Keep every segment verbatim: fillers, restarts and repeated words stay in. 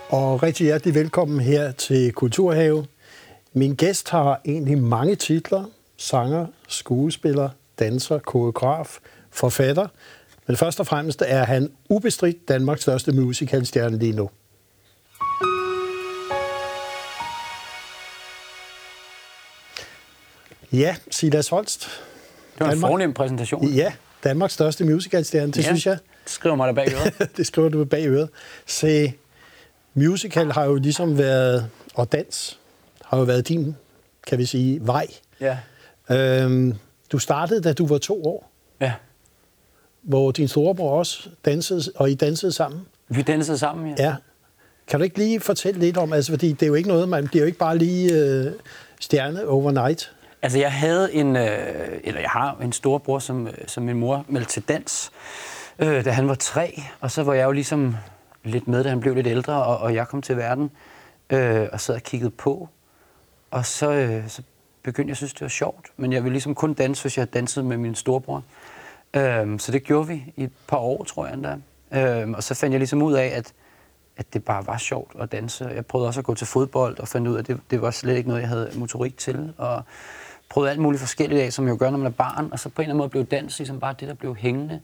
Og rigtig hjertelig velkommen her til Kulturhave. Min gæst har egentlig mange titler. Sanger, skuespiller, danser, koreograf, forfatter. Men først og fremmest er han ubestridt Danmarks største musicalstjerne lige nu. Ja, Silas Holst. Det var en fornem præsentation. Ja, Danmarks største musicalstjerne, det ja, synes jeg. Det skriver mig der bag øret. Det skriver du bag øret. Se, musical har jo ligesom været, og dans har jo været din, kan vi sige, vej. Ja. Øhm, du startede, da du var to år. Ja. Hvor din storebror også dansede, og I dansede sammen. Vi dansede sammen, ja. Ja. Kan du ikke lige fortælle lidt om, altså fordi det er jo ikke noget, man bliver jo ikke bare lige øh, stjerne overnight. Altså jeg havde en, øh, eller jeg har en storebror, som, som min mor meldte til dans, øh, da han var tre, og så var jeg jo ligesom lidt med, da han blev lidt ældre, og, og jeg kom til verden, øh, og sad og kiggede på, og så, øh, så begyndte jeg at synes, det var sjovt, men jeg ville ligesom kun danse, hvis jeg havde danset med min storebror. Øh, så det gjorde vi i et par år, tror jeg endda. Øh, og så fandt jeg ligesom ud af, at, at det bare var sjovt at danse. Jeg prøvede også at gå til fodbold, og fandt ud af, at det, det var slet ikke noget, jeg havde motorik til, og prøvede alt muligt forskelligt af, som jeg jo gør, når man er barn, og så på en eller anden måde blev dans ligesom bare det, der blev hængende.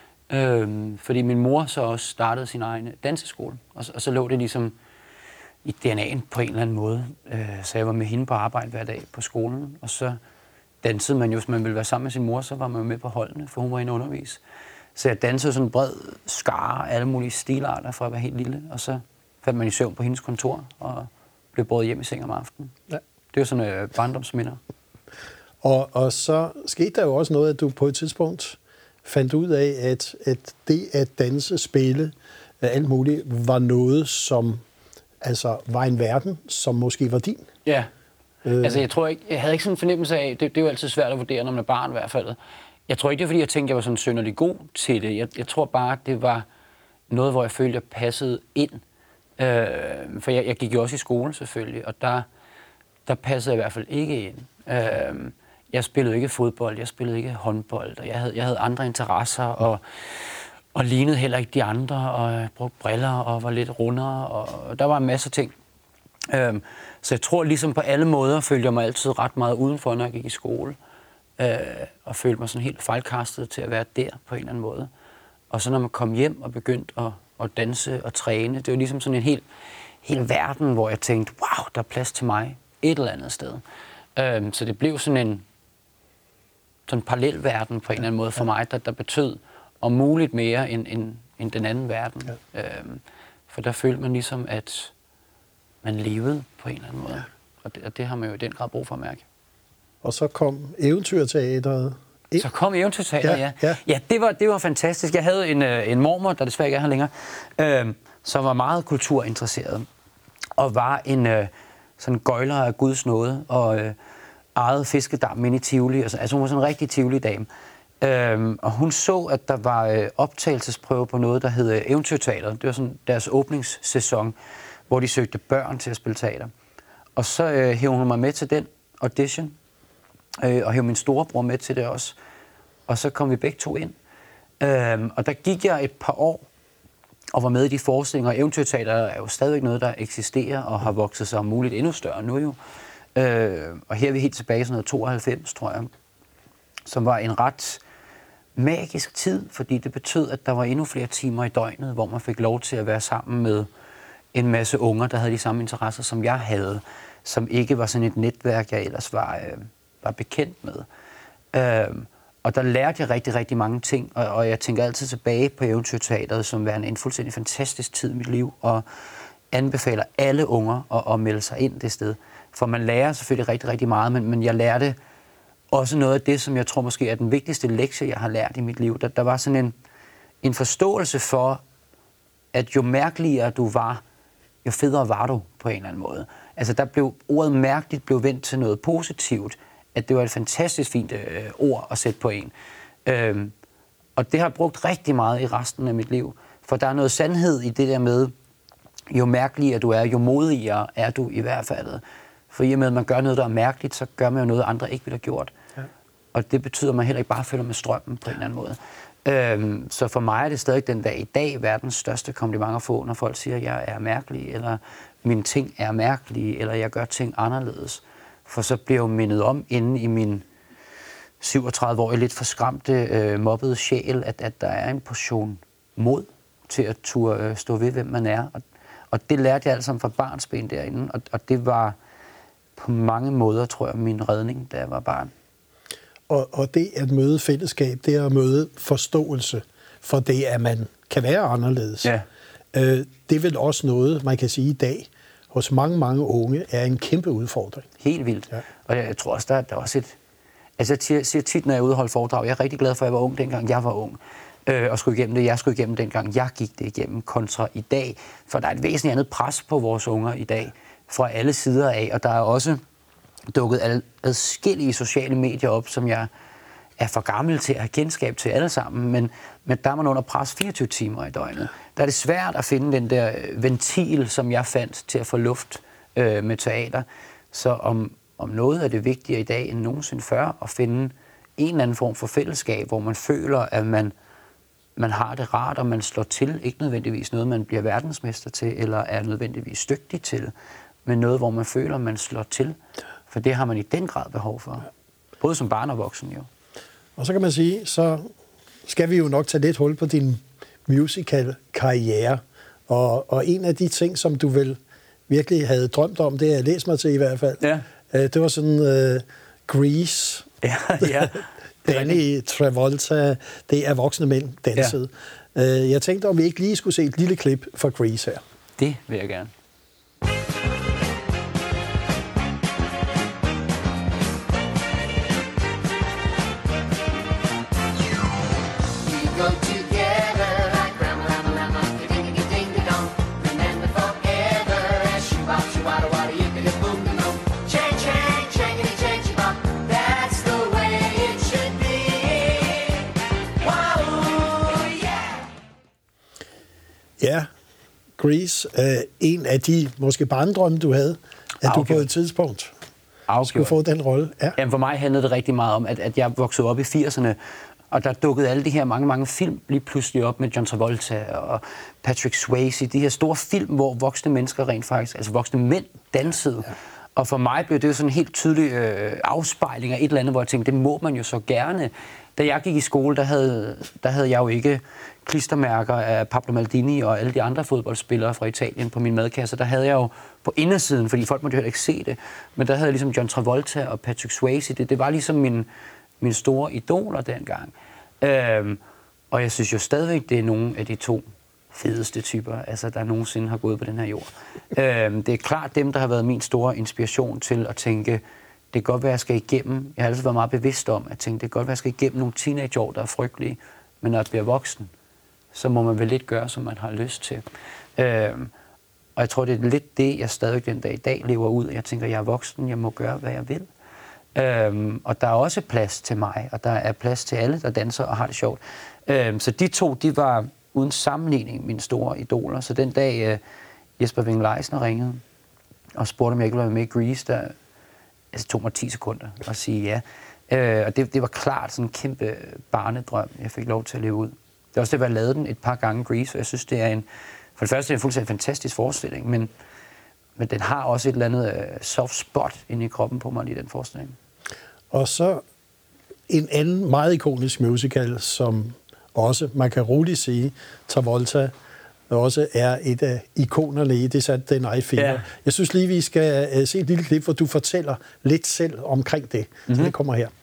Øhm, fordi min mor så også startede sin egen danseskole, og så, og så lå det ligesom i D N A'en på en eller anden måde. Øh, så jeg var med hende på arbejde hver dag på skolen, og så dansede man jo, hvis man ville være sammen med sin mor, så var man jo med på holdene, for hun var inde undervis. Så jeg dansede sådan en bred skare, alle mulige stilarter fra at være helt lille, og så faldt man i søvn på hendes kontor, og blev båret hjem i seng om aftenen. Ja. Det var sådan øh, barndomsminder. Og, og så skete der jo også noget, at du på et tidspunkt fandt ud af, at, at det at danse, spille, alt muligt, var noget, som altså, var en verden, som måske var din. Ja, øh. altså jeg tror ikke, jeg havde ikke sådan en fornemmelse af, det, det er jo altid svært at vurdere, når man er barn i hvert fald. Jeg tror ikke, det er fordi, jeg tænkte, jeg var sådan synderlig god til det. Jeg, jeg tror bare, det var noget, hvor jeg følte, jeg passede ind. Øh, for jeg, jeg gik jo også i skole selvfølgelig, og der, der passede jeg i hvert fald ikke ind. Øh, Jeg spillede ikke fodbold, jeg spillede ikke håndbold, og jeg havde, jeg havde andre interesser, og, og lignede heller ikke de andre, og jeg brugte briller, og var lidt rundere, og der var en masse ting. Øhm, så jeg tror ligesom på alle måder, følte jeg mig altid ret meget udenfor, når jeg gik i skole, øh, og følte mig sådan helt fejlkastet til at være der på en eller anden måde. Og så når man kom hjem og begyndte at, at danse og træne, det var ligesom sådan en hel, hel verden, hvor jeg tænkte, wow, der er plads til mig et eller andet sted. Øhm, så det blev sådan en sådan en parallelverden på en eller anden måde for mig, der, der betød om muligt mere end, end, end den anden verden. Ja. Øhm, for der følte man ligesom, at man levede på en eller anden måde. Ja. Og, det, og det har man jo i den grad brug for at mærke. Og så kom Eventyrteateret ind. Så kom Eventyrteateret, ja. Ja, ja. ja det, var, det var fantastisk. Jeg havde en, en mormor, der desværre ikke er her længere, øh, som var meget kulturinteresseret. Og var en øh, sådan gøjler af Guds nåde. Og øh, ejede fiskedam inde i Tivoli. Altså, altså hun var sådan en rigtig Tivoli-dame. Øhm, og hun så, at der var øh, optagelsesprøve på noget, der hed øh, Eventyrteateret. Det var sådan deres åbningssæson, hvor de søgte børn til at spille teater. Og så øh, hævde hun mig med til den audition, øh, og hævde min storebror med til det også. Og så kom vi begge to ind. Øhm, og der gik jeg et par år og var med i de forestillinger. Eventyrteateret er jo stadigvæk noget, der eksisterer og har vokset sig om muligt endnu større nu jo. Øh, og her er vi helt tilbage i sådan noget tooghalvfems, tror jeg, som var en ret magisk tid, fordi det betød, at der var endnu flere timer i døgnet, hvor man fik lov til at være sammen med en masse unger, der havde de samme interesser, som jeg havde, som ikke var sådan et netværk, jeg ellers var, øh, var bekendt med. Øh, og der lærte jeg rigtig, rigtig mange ting, og, og jeg tænker altid tilbage på Eventyrteateret, som værende en fuldstændig fantastisk tid i mit liv, og anbefaler alle unger at, at melde sig ind det sted. For man lærer selvfølgelig rigtig, rigtig meget, men, men jeg lærte også noget af det, som jeg tror måske er den vigtigste lektie, jeg har lært i mit liv. Der, der var sådan en, en forståelse for, at jo mærkeligere du var, jo federe var du på en eller anden måde. Altså der blev ordet mærkeligt blev vendt til noget positivt, at det var et fantastisk fint øh, ord at sætte på en. Øhm, og det har jeg brugt rigtig meget i resten af mit liv, for der er noget sandhed i det der med, jo mærkeligere du er, jo modigere er du i hvert fald. For i og med, at man gør noget, der er mærkeligt, så gør man jo noget, andre ikke ville have gjort. Ja. Og det betyder, at man heller ikke bare følger med strømmen på en eller anden måde. Øhm, så for mig er det stadig den dag i dag verdens største kompliment at få, når folk siger, at jeg er mærkelig, eller mine ting er mærkelige, eller jeg gør ting anderledes. For så bliver jeg jo mindet om inde i min syvogtredive-årige lidt forskræmte, øh, mobbede sjæl, at, at der er en portion mod til at turde øh, stå ved, hvem man er. Og, og det lærte jeg altså fra barnsben derinde, og, og det var på mange måder, tror jeg, min redning, da jeg var barn. Og, og det at møde fællesskab, det er at møde forståelse for det, at man kan være anderledes. Ja. Øh, det er vel også noget, man kan sige i dag, hos mange, mange unge, er en kæmpe udfordring. Helt vildt. Ja. Og jeg tror også, der, der er også et... Altså, jeg siger tit, når jeg er ude og holde foredrag, jeg er rigtig glad for, at jeg var ung, dengang jeg var ung, øh, og skulle igennem det, jeg skulle igennem, dengang jeg gik det igennem, kontra i dag. For der er et væsentligt andet pres på vores unger i dag, fra alle sider af, og der er også dukket adskillige sociale medier op, som jeg er for gammel til at have kendskab til alle sammen, men, men der er man under pres fireogtyve timer i døgnet. Der er det svært at finde den der ventil, som jeg fandt til at få luft øh, med teater. Så om, om noget er det vigtigere i dag end nogensinde før, at finde en eller anden form for fællesskab, hvor man føler, at man, man har det rart, og man slår til. Ikke nødvendigvis noget, man bliver verdensmester til, eller er nødvendigvis dygtig til, men noget, hvor man føler, at man slår til. For det har man i den grad behov for. Både som barn og voksen, jo. Og så kan man sige, så skal vi jo nok tage lidt hul på din musical-karriere. Og, og en af de ting, som du vel virkelig havde drømt om, det har jeg læst mig til i hvert fald. Ja. Det var sådan uh, Grease. Ja, ja. Danny Travolta, det er voksne mænd dansede. Ja. Uh, jeg tænkte, om vi ikke lige skulle se et lille klip fra Grease her. Det vil jeg gerne. Ja, Grease, øh, en af de måske barndrømme, du havde, at Afgjort. du på et tidspunkt Afgjort. skulle få den rolle. Ja. Jamen for mig handlede det rigtig meget om, at, at jeg voksede op i firserne, og der dukkede alle de her mange, mange film lige pludselig op med John Travolta og Patrick Swayze, de her store film, hvor voksne mennesker rent faktisk, altså voksne mænd, dansede. Ja. Og for mig blev det jo sådan en helt tydelig øh, afspejling af et eller andet, hvor jeg tænkte, det må man jo så gerne. Da jeg gik i skole, der havde, der havde jeg jo ikke klistermærker af Pablo Maldini og alle de andre fodboldspillere fra Italien på min madkasse. Der havde jeg jo på indersiden, fordi folk måtte jo heller ikke se det, men der havde jeg ligesom John Travolta og Patrick Swayze. Det, det var ligesom min, min store idoler dengang. Øhm, og jeg synes jo stadigvæk, det er nogle af de to fedeste typer, altså, der nogensinde har gået på den her jord. øhm, det er klart dem, der har været min store inspiration til at tænke, det kan godt være, at jeg skal igennem. Jeg har altid været meget bevidst om at tænke, det kan godt være, at jeg skal igennem nogle teenageår, der er frygtelige, men når jeg bliver voksen, så må man vel lidt gøre, som man har lyst til. Øhm, og jeg tror, det er lidt det, jeg stadig den dag i dag lever ud. Jeg tænker, jeg er voksen, jeg må gøre, hvad jeg vil. Øhm, og der er også plads til mig, og der er plads til alle, der danser og har det sjovt. Øhm, så de to, de var uden sammenligning mine store idoler. Så den dag uh, Jesper Wing Leisner ringede og spurgte, om jeg ikke ville være med i Grease, der altså, tog mig ti sekunder at sige ja. Øh, og det, det var klart sådan en kæmpe barnedrøm, jeg fik lov til at leve ud. Det er også det, at jeg lavede den et par gange, Grease, og jeg synes, det er en, for det første er det en fuldstændig fantastisk forestilling, men, men den har også et eller andet uh, soft spot inde i kroppen på mig lige den forestilling. Og så en anden meget ikonisk musical, som også, man kan roligt sige, Travolta også er et af ikonerne i det Saturday Night Fever. Ja. Jeg synes lige, vi skal uh, se et lille klip, hvor du fortæller lidt selv omkring det. Mm-hmm. Så det kommer her.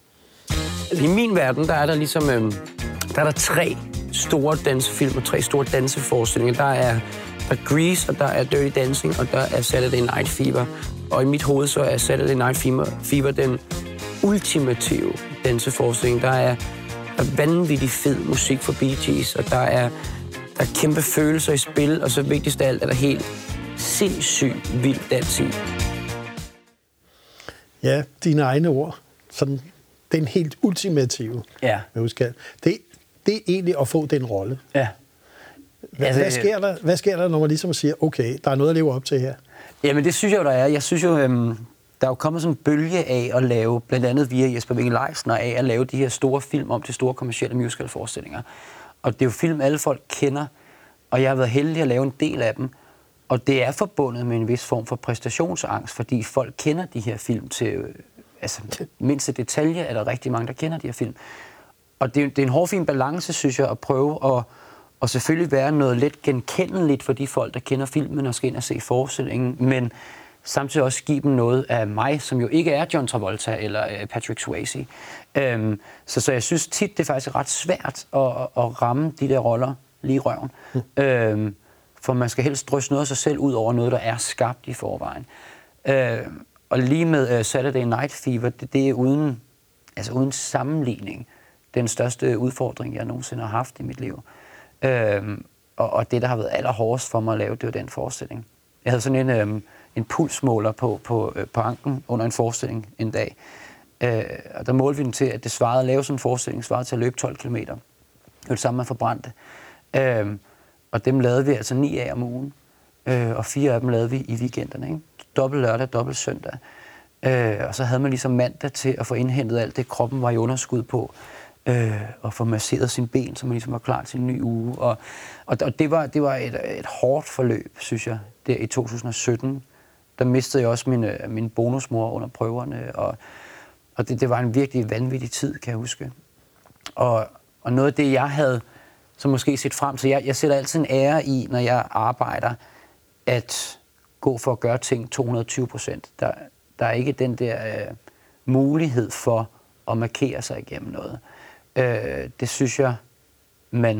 I min verden, der er der ligesom øh, der er der tre store dansefilm og tre store danseforestillinger. Der er, der er Grease, og der er Dirty Dancing, og der er Saturday Night Fever. Og i mit hoved så er Saturday Night Fever, Fever den ultimative danseforestilling. Der er, der er vanvittig fed musik for Bee Gees, og der er, der er kæmpe følelser i spil, og så vigtigst af alt er der helt sindssygt vild dans i. Ja, dine egne ord. Sådan, det er en helt ultimative ja. musical. Det, det er egentlig at få den rolle. Ja. Hvad, altså, hvad, sker der, hvad sker der, når man ligesom siger, okay, der er noget at leve op til her? Jamen, det synes jeg jo, der er. Jeg synes jo, øhm, der er jo kommet sådan en bølge af at lave, blandt andet via Jesper Winge Leisner, af at lave de her store film om de store kommercielle musicalforestillinger. Og det er jo film, alle folk kender, og jeg har været heldig at lave en del af dem. Og det er forbundet med en vis form for præstationsangst, fordi folk kender de her film til, altså mindste detalje er der rigtig mange, der kender de her film. Og det er, det er en hårfin balance, synes jeg, at prøve at og selvfølgelig være noget lidt genkendeligt for de folk, der kender filmen og skal ind og se forestillingen, men samtidig også give dem noget af mig, som jo ikke er John Travolta eller øh, Patrick Swayze. Øhm, så, så jeg synes tit, det er faktisk ret svært at, at ramme de der roller lige i røven. Mm. Øhm, for man skal helst drysse noget af sig selv ud over noget, der er skabt i forvejen. Øhm, og lige med uh, Saturday Night Fever, det, det er uden, altså uden sammenligning den største udfordring, jeg nogensinde har haft i mit liv. Øhm, og, og det, der har været allerhårdest for mig at lave, det var den forestilling. Jeg havde sådan en, øhm, en pulsmåler på, på, øh, på anken under en forestilling en dag. Øh, og der målte vi den til, at det svarede at lave sådan en forestilling, svarede til at løbe tolv kilometer. Det var det samme, man forbrændte. Øh, og dem lavede vi altså ni af om ugen. Øh, og fire af dem lavede vi i weekenderne. Ikke? Dobbelt lørdag, dobbelt søndag. Øh, og så havde man ligesom mandag til at få indhentet alt det, kroppen var i underskud på. Øh, og få masseret sine ben, så man ligesom var klar til en ny uge. Og, og, og det var, det var et, et hårdt forløb, synes jeg, der i to tusind og sytten. Der mistede jeg også min, min bonusmor under prøverne, og, og det, det var en virkelig vanvittig tid, kan jeg huske. Og, og noget af det, jeg havde så måske set frem til, jeg, jeg sætter altid en ære i, når jeg arbejder, at gå for at gøre ting to hundrede og tyve procent. Der, der er ikke den der øh, mulighed for at markere sig igennem noget. Øh, det synes jeg, man...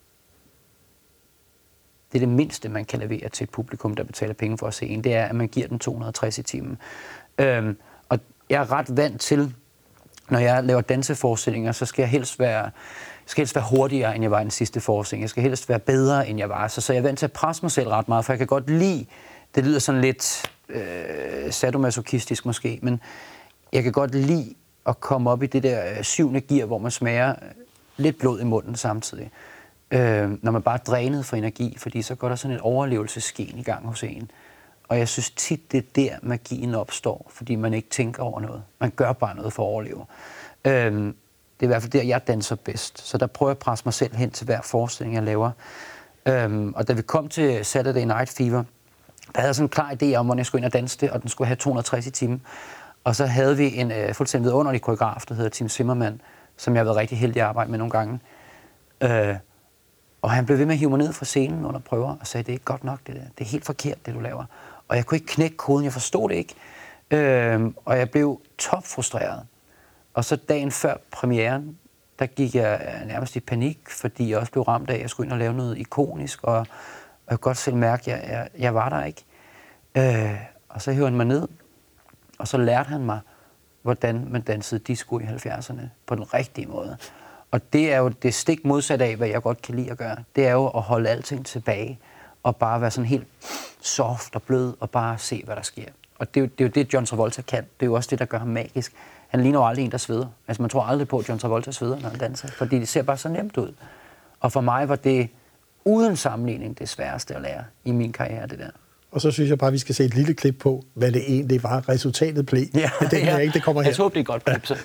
Det er det mindste, man kan levere til et publikum, der betaler penge for at se en. Det er, at man giver den to hundrede og tres i timen. Øhm, og jeg er ret vant til, når jeg laver danseforestillinger, så skal jeg helst være, skal helst være hurtigere, end jeg var i den sidste forestilling. Jeg skal helst være bedre, end jeg var. Så, så jeg er vant til at presse mig selv ret meget, for jeg kan godt lide... Det lyder sådan lidt øh, sadomasochistisk måske, men jeg kan godt lide at komme op i det der øh, syvende gear, hvor man smager lidt blod i munden samtidig. Øh, når man bare er drænet for energi, fordi så går der sådan et overlevelsesgen i gang hos en. Og jeg synes tit, det er der, magien opstår, fordi man ikke tænker over noget. Man gør bare noget for at overleve. Øh, det er i hvert fald der, jeg danser bedst. Så der prøver jeg at presse mig selv hen til hver forestilling, jeg laver. Øh, og da vi kom til Saturday Night Fever, der havde jeg sådan en klar idé om, hvordan jeg skulle ind og danse det, og den skulle have to hundrede og tres i timen. Og så havde vi en øh, fuldstændig vidunderlig koreograf, der hedder Tim Zimmermann, som jeg har været rigtig heldig at arbejde med nogle gange. Øh, og han blev ved med at hive mig ned fra scenen under prøver og sagde, det er ikke godt nok det der. Det er helt forkert, det du laver. Og jeg kunne ikke knække koden, jeg forstod det ikke. Øh, og jeg blev topfrustreret. Og så dagen før premieren, der gik jeg nærmest i panik, fordi jeg også blev ramt af, at jeg skulle ind og lave noget ikonisk, og, og jeg kunne godt selv mærke, at jeg, jeg, jeg var der ikke. Øh, og så hævde han mig ned, og så lærte han mig, hvordan man dansede disco i halvfjerdserne på den rigtige måde. Og det er jo det stik modsat af, hvad jeg godt kan lide at gøre. Det er jo at holde alting tilbage, og bare være sådan helt soft og blød, og bare se, hvad der sker. Og det er jo det, er jo det John Travolta kan. Det er jo også det, der gør ham magisk. Han ligner jo aldrig en, der sveder. Altså man tror aldrig på, at John Travolta sveder, når han danser, fordi det ser bare så nemt ud. Og for mig var det uden sammenligning det sværeste at lære i min karriere, det der. Og så synes jeg bare, at vi skal se et lille klip på, hvad det egentlig var, resultatet blev. Ja, Men det, ja. ikke, det kommer her. Jeg håber, det er et godt klip, så.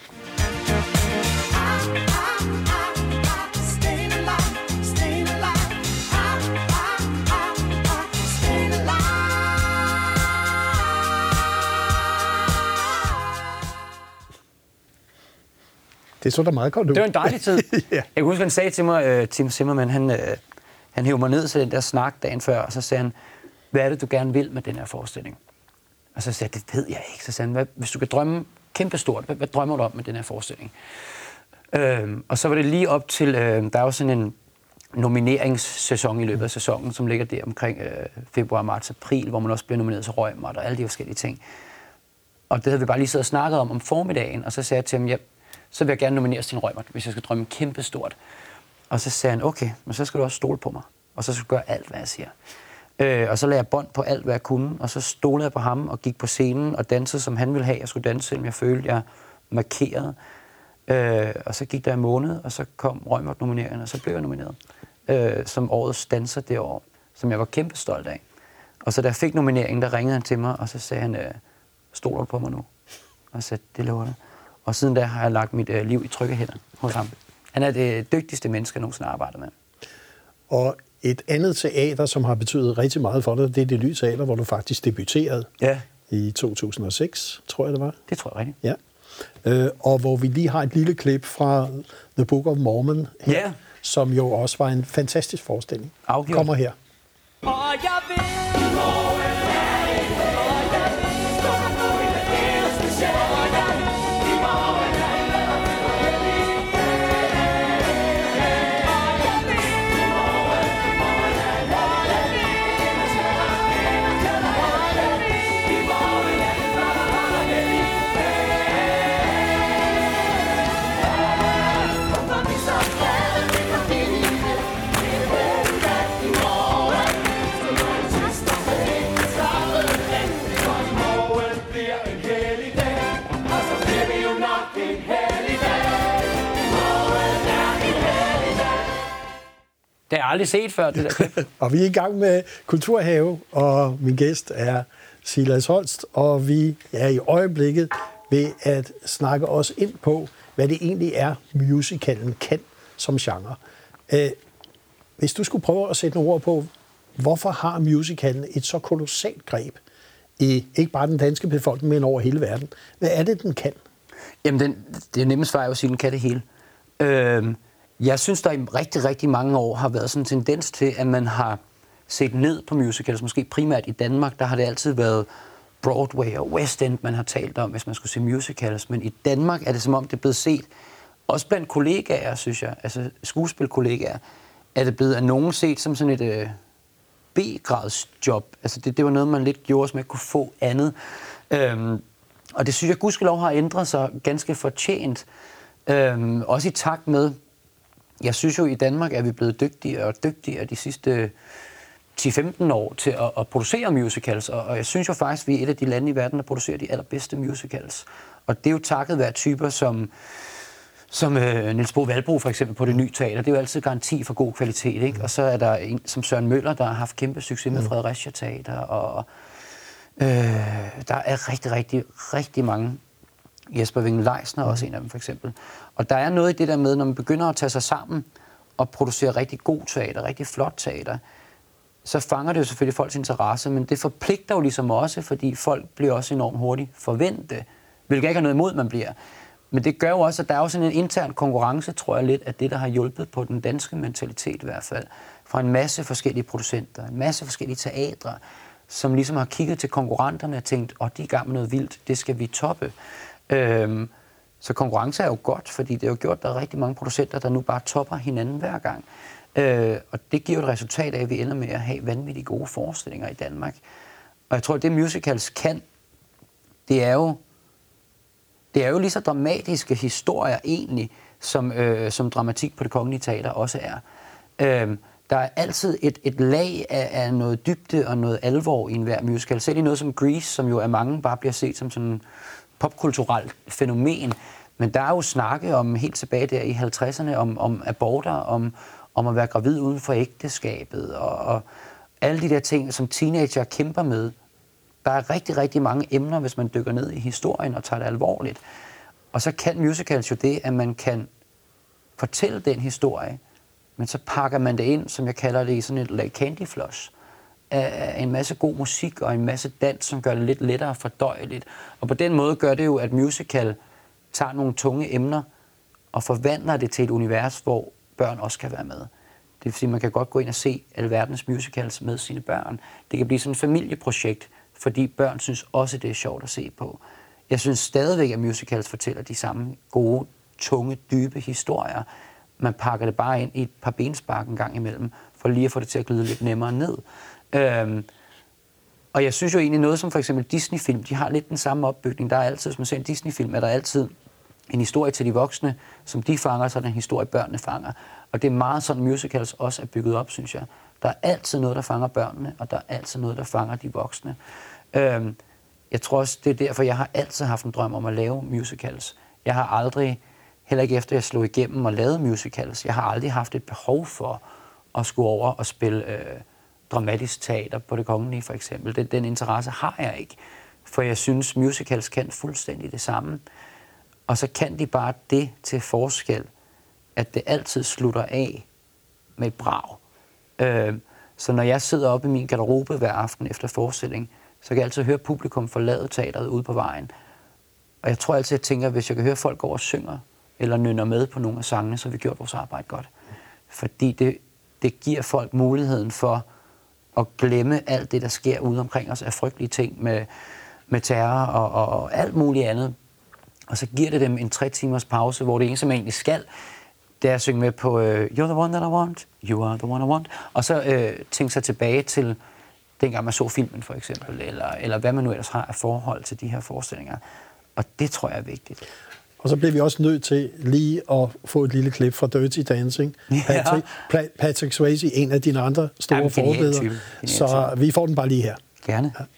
Det så da meget godt ud. Det var en dejlig tid. Ja. Jeg kan huske, han sagde til mig, uh, Tim Zimmermann, han, uh, han hævde mig ned til den der snak dagen før, og så sagde han, hvad er det, du gerne vil med den her forestilling? Og så sagde jeg, det ved jeg ikke. Så sagde han, hvad, hvis du kan drømme kæmpestort, hvad, hvad drømmer du om med den her forestilling? Uh, og så var det lige op til, uh, der er jo sådan en nomineringssæson i løbet af sæsonen, som ligger der omkring uh, februar, marts, april, hvor man også bliver nomineret til Reumert og alle de forskellige ting. Og det havde vi bare lige siddet og snakket om om formiddagen, og så sagde jeg til ham, ja, så vil jeg gerne nomineres til en Reumert, hvis jeg skal drømme kæmpestort. Og så sagde han, okay, men så skal du også stole på mig, og så skal du gøre alt, hvad jeg siger. Øh, og så lagde jeg bånd på alt, hvad jeg kunne, og så stolede jeg på ham og gik på scenen og dansede, som han ville have, jeg skulle danse, selvom jeg følte, jeg markerede. Øh, og så gik der en måned, og så kom Reumert-nomineringerne, og så blev jeg nomineret øh, som årets danser det år, som jeg var kæmpe stolt af. Og så da jeg fik nomineringen, der ringede han til mig, og så sagde han, øh, stoler du på mig nu? Og så det lover det. Og siden da har jeg lagt mit øh, liv i trygge hænder hos ham. Han er det dygtigste menneske, jeg nogensinde har arbejdet med. Og et andet teater, som har betydet rigtig meget for dig, det er Det Ny Teater, hvor du faktisk debuterede ja. i to tusind og seks, tror jeg det var. Det tror jeg rigtigt. Ja. Øh, og hvor vi lige har et lille klip fra The Book of Mormon her, ja. som jo også var en fantastisk forestilling. Afgjort. Kommer her. Og jeg vil Det har jeg aldrig set før, det der klip. Og vi er i gang med Kulturhave, og min gæst er Silas Holst, og vi er i øjeblikket ved at snakke os ind på, hvad det egentlig er, musicalen kan som genre. Hvis du skulle prøve at sætte nogle ord på, hvorfor har musicalen et så kolossalt greb i ikke bare den danske befolkning, men over hele verden? Hvad er det, den kan? Jamen, den, det er nemmest svar at sige, at den kan det hele. Øhm, jeg synes, der i rigtig, rigtig mange år har været sådan en tendens til, at man har set ned på musicals. Måske primært i Danmark, der har det altid været Broadway og West End, man har talt om, hvis man skulle se musicals. Men i Danmark er det som om, det er blevet set, også blandt kollegaer, synes jeg, altså skuespilkollegaer, er det blevet af nogen set som sådan et øh, B-gradsjob. Altså det, det var noget, man lidt gjorde, som ikke kunne få andet. Øhm, og det synes jeg, gudskelov har ændret sig ganske fortjent. Øhm, også i takt med, jeg synes jo, i Danmark er vi blevet dygtigere og dygtigere de sidste ti femten år til at, at producere musicals. Og, og jeg synes jo faktisk, vi er et af de lande i verden, der producerer de allerbedste musicals. Og det er jo takket være typer som... Som øh, Niels Bo Valbro for eksempel på Det Ny Teater. Det er jo altid garanti for god kvalitet, ikke? Og så er der en som Søren Møller, der har haft kæmpe succes med Fredericia Teater. Og øh, der er rigtig, rigtig, rigtig mange. Jesper Winge Leisner er også en af dem for eksempel. Og der er noget i det der med, når man begynder at tage sig sammen og producere rigtig god teater, rigtig flot teater, så fanger det jo selvfølgelig folks interesse, men det forpligter jo ligesom også, fordi folk bliver også enormt hurtigt forventet, hvilket ikke har noget imod, man bliver. Men det gør jo også, at der er jo sådan en intern konkurrence, tror jeg lidt, af det, der har hjulpet på den danske mentalitet i hvert fald. Fra en masse forskellige producenter, en masse forskellige teatre, som ligesom har kigget til konkurrenterne og tænkt, åh, oh, de er i gang med noget vildt, det skal vi toppe. Øhm, så konkurrence er jo godt, fordi det har jo gjort, at der er rigtig mange producenter, der nu bare topper hinanden hver gang. Øh, og det giver jo et resultat af, at vi ender med at have vanvittigt gode forestillinger i Danmark. Og jeg tror, at det musicals kan, det er jo Det er jo lige så dramatiske historier egentlig, som, øh, som dramatik på Det Kongelige Teater også er. Øh, der er altid et, et lag af, af noget dybde og noget alvor i enhver musical. Selv i noget som Grease, som jo af mange bare bliver set som sådan et popkulturelt fænomen. Men der er jo snakke om helt tilbage der i halvtredserne, om, om aborter, om, om at være gravid uden for ægteskabet, og, og alle de der ting, som teenager kæmper med. Der er rigtig, rigtig mange emner, hvis man dykker ned i historien og tager det alvorligt. Og så kan musicals jo det, at man kan fortælle den historie, men så pakker man det ind, som jeg kalder det, i sådan et like candy floss, af en masse god musik og en masse dans, som gør det lidt lettere fordøjeligt. Og på den måde gør det jo, at musical tager nogle tunge emner og forvandler det til et univers, hvor børn også kan være med. Det vil sige, at man kan godt gå ind og se alverdens musicals med sine børn. Det kan blive sådan et familieprojekt, fordi børn synes også, det er sjovt at se på. Jeg synes stadigvæk, at musicals fortæller de samme gode, tunge, dybe historier. Man pakker det bare ind i et par benspark en gang imellem, for lige at få det til at glide lidt nemmere ned. Øhm, og jeg synes jo egentlig noget som for eksempel Disney-film, de har lidt den samme opbygning. Der er altid, hvis man ser en Disney-film, er der altid en historie til de voksne, som de fanger, så er der en historie, børnene fanger. Og det er meget sådan, musicals også er bygget op, synes jeg. Der er altid noget, der fanger børnene, og der er altid noget, der fanger de voksne. Øhm, jeg tror også, det er derfor, jeg har altid haft en drøm om at lave musicals. Jeg har aldrig, heller ikke efter jeg slog igennem og lavede musicals, jeg har aldrig haft et behov for at skulle over og spille øh, dramatisk teater på Det Kongelige, for eksempel. Den, den interesse har jeg ikke. For jeg synes, musicals kan fuldstændig det samme. Og så kan de bare det til forskel, at det altid slutter af med et brag. Øh, så når jeg sidder oppe i min garderobe hver aften efter forestilling, så kan jeg altid høre publikum forlade teateret ude på vejen. Og jeg tror altid, jeg tænker, at hvis jeg kan høre folk gå og synger, eller nynner med på nogle af sangene, så har vi gjort vores arbejde godt. Fordi det, det giver folk muligheden for at glemme alt det, der sker ude omkring os af frygtelige ting med, med terror og, og, og alt muligt andet. Og så giver det dem en tre timers pause, hvor det eneste, man egentlig skal, det er at synge med på uh, You're the one that I want, You are the one I want. Og så uh, tænke sig tilbage til dengang man så filmen for eksempel, eller, eller hvad man nu ellers har af forhold til de her forestillinger. Og det tror jeg er vigtigt. Og så bliver vi også nødt til lige at få et lille klip fra Dirty Dancing. Ja. Patrick, Patrick Swayze, en af dine andre store ja, forbilleder. Så vi får den bare lige her. Gerne. Ja.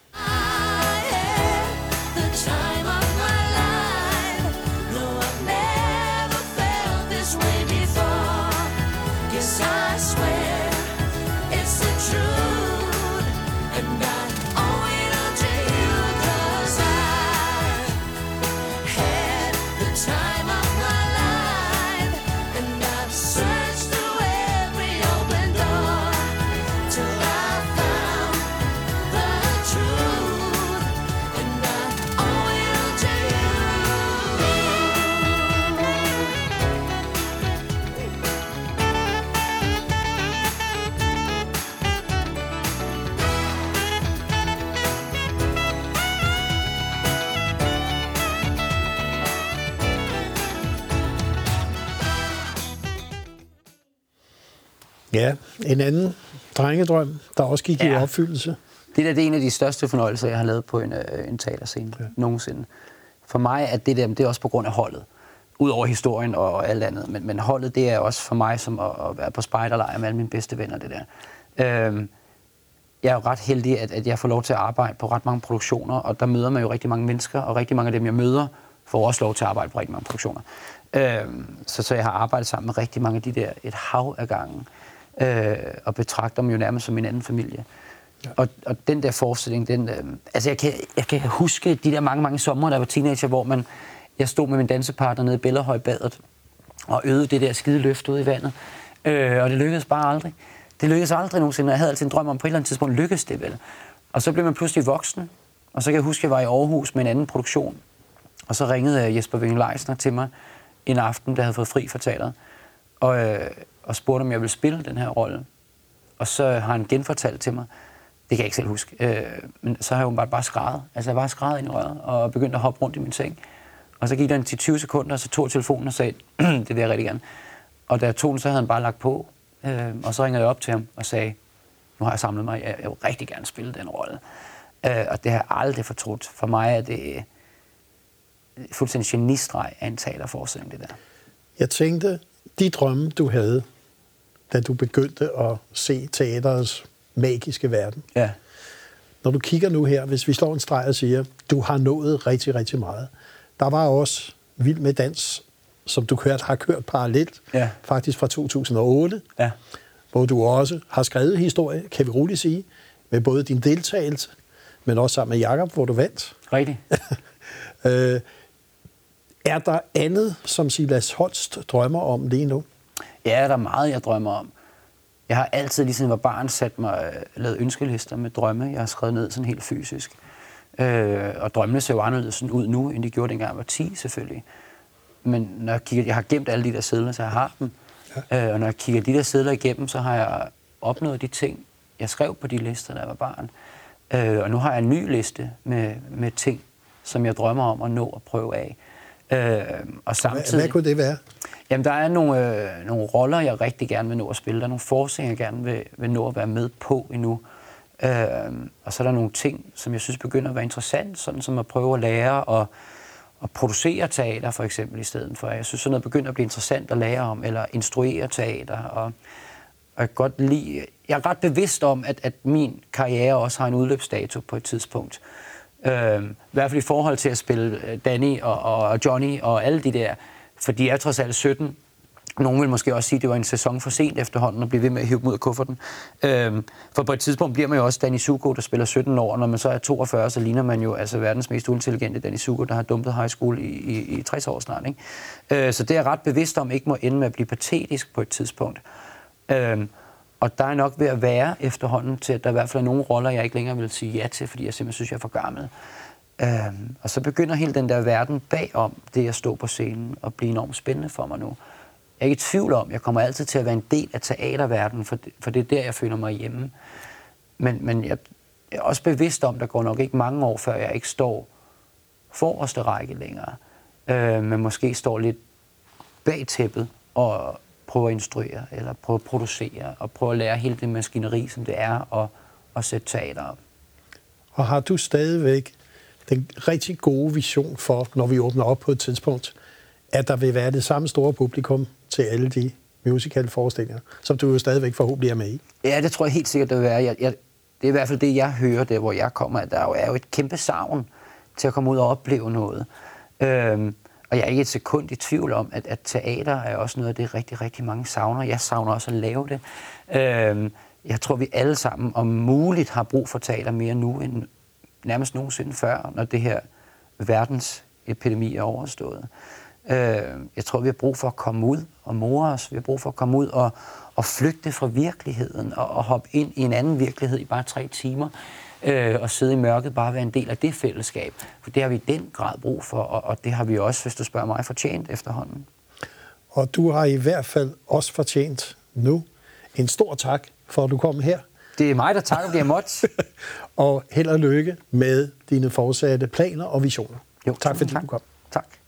Ja, en anden drengedrøm, der også gik ja. i opfyldelse. Det der, det er en af de største fornøjelser, jeg har lavet på en, en teaterscene ja. nogensinde. For mig er det der, det er også på grund af holdet. Udover historien og alt andet. Men, men holdet, det er også for mig som at, at være på spejderlejr med alle mine bedste venner, det der. Øhm, jeg er jo ret heldig, at, at jeg får lov til at arbejde på ret mange produktioner, og der møder man jo rigtig mange mennesker, og rigtig mange af dem, jeg møder, får også lov til at arbejde på rigtig mange produktioner. Øhm, så, så jeg har arbejdet sammen med rigtig mange af de der, et hav af gangen. Øh, og betragter dem jo nærmest som en anden familie. Ja. Og, og den der forestilling, den, øh, altså jeg kan, jeg kan huske de der mange, mange sommer, der var teenager, hvor man, jeg stod med min dansepartner nede i Bellahøjbadet og øvede det der skide løft ude i vandet. Øh, og det lykkedes bare aldrig. Det lykkedes aldrig nogensinde. Jeg havde altid en drøm om, på et eller andet tidspunkt lykkedes det vel. Og så blev man pludselig voksen. Og så kan jeg huske, at jeg var i Aarhus med en anden produktion. Og så ringede Jesper Winge Leisner til mig en aften, der havde fået fri fra teateret. Og, øh, og spurgte, om jeg ville spille den her rolle. Og så har han genfortalt til mig, det kan jeg ikke selv huske, øh, men så har jeg jo bare, bare skrædet. Altså jeg var skrædet ind i røret og begyndte at hoppe rundt i min seng. Og så gik der en til tyve sekunder, og så tog jeg telefonen og sagde, det vil jeg rigtig gerne. Og da jeg tog den, så havde han bare lagt på. Øh, og så ringede jeg op til ham og sagde, nu har jeg samlet mig, jeg, jeg vil rigtig gerne spille den rolle. Øh, og det har jeg aldrig fortrudt. For mig er det fuldstændig genistreg af en teaterforestilling, det der. Jeg tænkte, de drømme, du havde, da du begyndte at se teaterets magiske verden. Ja. Når du kigger nu her, hvis vi slår en streg og siger, du har nået rigtig, rigtig meget. Der var også Vild med dans, som du kørt, har kørt parallelt, ja. faktisk fra to tusind og otte, ja. hvor du også har skrevet historie, kan vi roligt sige, med både din deltagelse, men også sammen med Jakob, hvor du vandt. Rigtigt. øh, er der andet, som Silas Holst drømmer om lige nu? Ja, der er meget, jeg drømmer om. Jeg har altid, lige siden jeg var barn, sat mig uh, lavet ønskelister med drømme. Jeg har skrevet ned sådan helt fysisk. Øh, og drømmene ser jo anderledes sådan ud nu, end de gjorde, dengang jeg var ti, selvfølgelig. Men når jeg kigger, jeg har gemt alle de der sedler, så jeg har dem. Ja. Øh, og når jeg kigger de der sedler igennem, så har jeg opnået de ting, jeg skrev på de lister, da jeg var barn. Øh, og nu har jeg en ny liste med, med ting, som jeg drømmer om at nå at prøve af. Øh, og samtidig, hvad, hvad kunne det være? Jamen, der er nogle, øh, nogle roller, jeg rigtig gerne vil nå at spille. Der er nogle forestillinger, jeg gerne vil, vil nå at være med på endnu. Øh, og så er der nogle ting, som jeg synes begynder at være interessant, sådan som at prøve at lære og, at producere teater, for eksempel, i stedet for. Jeg synes, sådan noget begynder at blive interessant at lære om, eller instruere teater. Og, og jeg, godt lide, jeg er ret bevidst om, at, at min karriere også har en udløbsdato på et tidspunkt. Øh, I hvert fald i forhold til at spille Danny og, og Johnny og alle de der, for de er trods alt sytten, Nogen vil måske også sige, at det var en sæson for sent efterhånden at blive ved med at hive dem ud af kufferten. Øhm, for på et tidspunkt bliver man jo også Danny Zuko, der spiller sytten år, og når man så er toogfyrre, så ligner man jo altså verdens mest uintelligente Danny Zuko, der har dumpet high school i, i, i tres år snart. Ikke? Øh, så det er jeg ret bevidst om, ikke må ende med at blive patetisk på et tidspunkt. Øhm, og der er nok ved at være efterhånden til, at der i hvert fald er nogle roller, jeg ikke længere vil sige ja til, fordi jeg simpelthen synes, jeg er for gammel. Øhm, og så begynder hele den der verden bagom det at stå på scenen og blive enormt spændende for mig nu. Jeg er ikke i tvivl om, jeg kommer altid til at være en del af teaterverdenen, for det, for det er der, jeg føler mig hjemme. Men, men jeg er også bevidst om, der går nok ikke mange år, før jeg ikke står forreste række længere. Øh, men måske står lidt bag tæppet og prøver at instruere, eller prøver at producere, og prøver at lære hele det maskineri, som det er at, at sætte teater op. Og har du stadigvæk den rigtig gode vision for, når vi åbner op på et tidspunkt, at der vil være det samme store publikum til alle de musical-forestillinger, som du jo stadigvæk forhåbentlig er med i? Ja, det tror jeg helt sikkert, det vil være. Jeg, jeg, det er i hvert fald det, jeg hører, der hvor jeg kommer, at der jo er jo et kæmpe savn til at komme ud og opleve noget. Øhm, og jeg er ikke et sekund i tvivl om, at, at teater er også noget af det, rigtig, rigtig mange savner. Jeg savner også at lave det. Øhm, jeg tror, vi alle sammen om muligt har brug for teater mere nu, end nærmest nogensinde før, når det her verdensepidemi er overstået. Jeg tror, vi har brug for at komme ud og more os. Vi har brug for at komme ud og, og flygte fra virkeligheden og, og hoppe ind i en anden virkelighed i bare tre timer øh, og sidde i mørket, bare være en del af det fællesskab. For det har vi i den grad brug for, og, og det har vi også, hvis du spørger mig, fortjent efterhånden. Og du har i hvert fald også fortjent nu en stor tak for, at du kom her. Det er mig, der takker, fordi jeg måtte. Og held og lykke med dine fortsatte planer og visioner. Jo, tak fordi tak. du kom. Tak.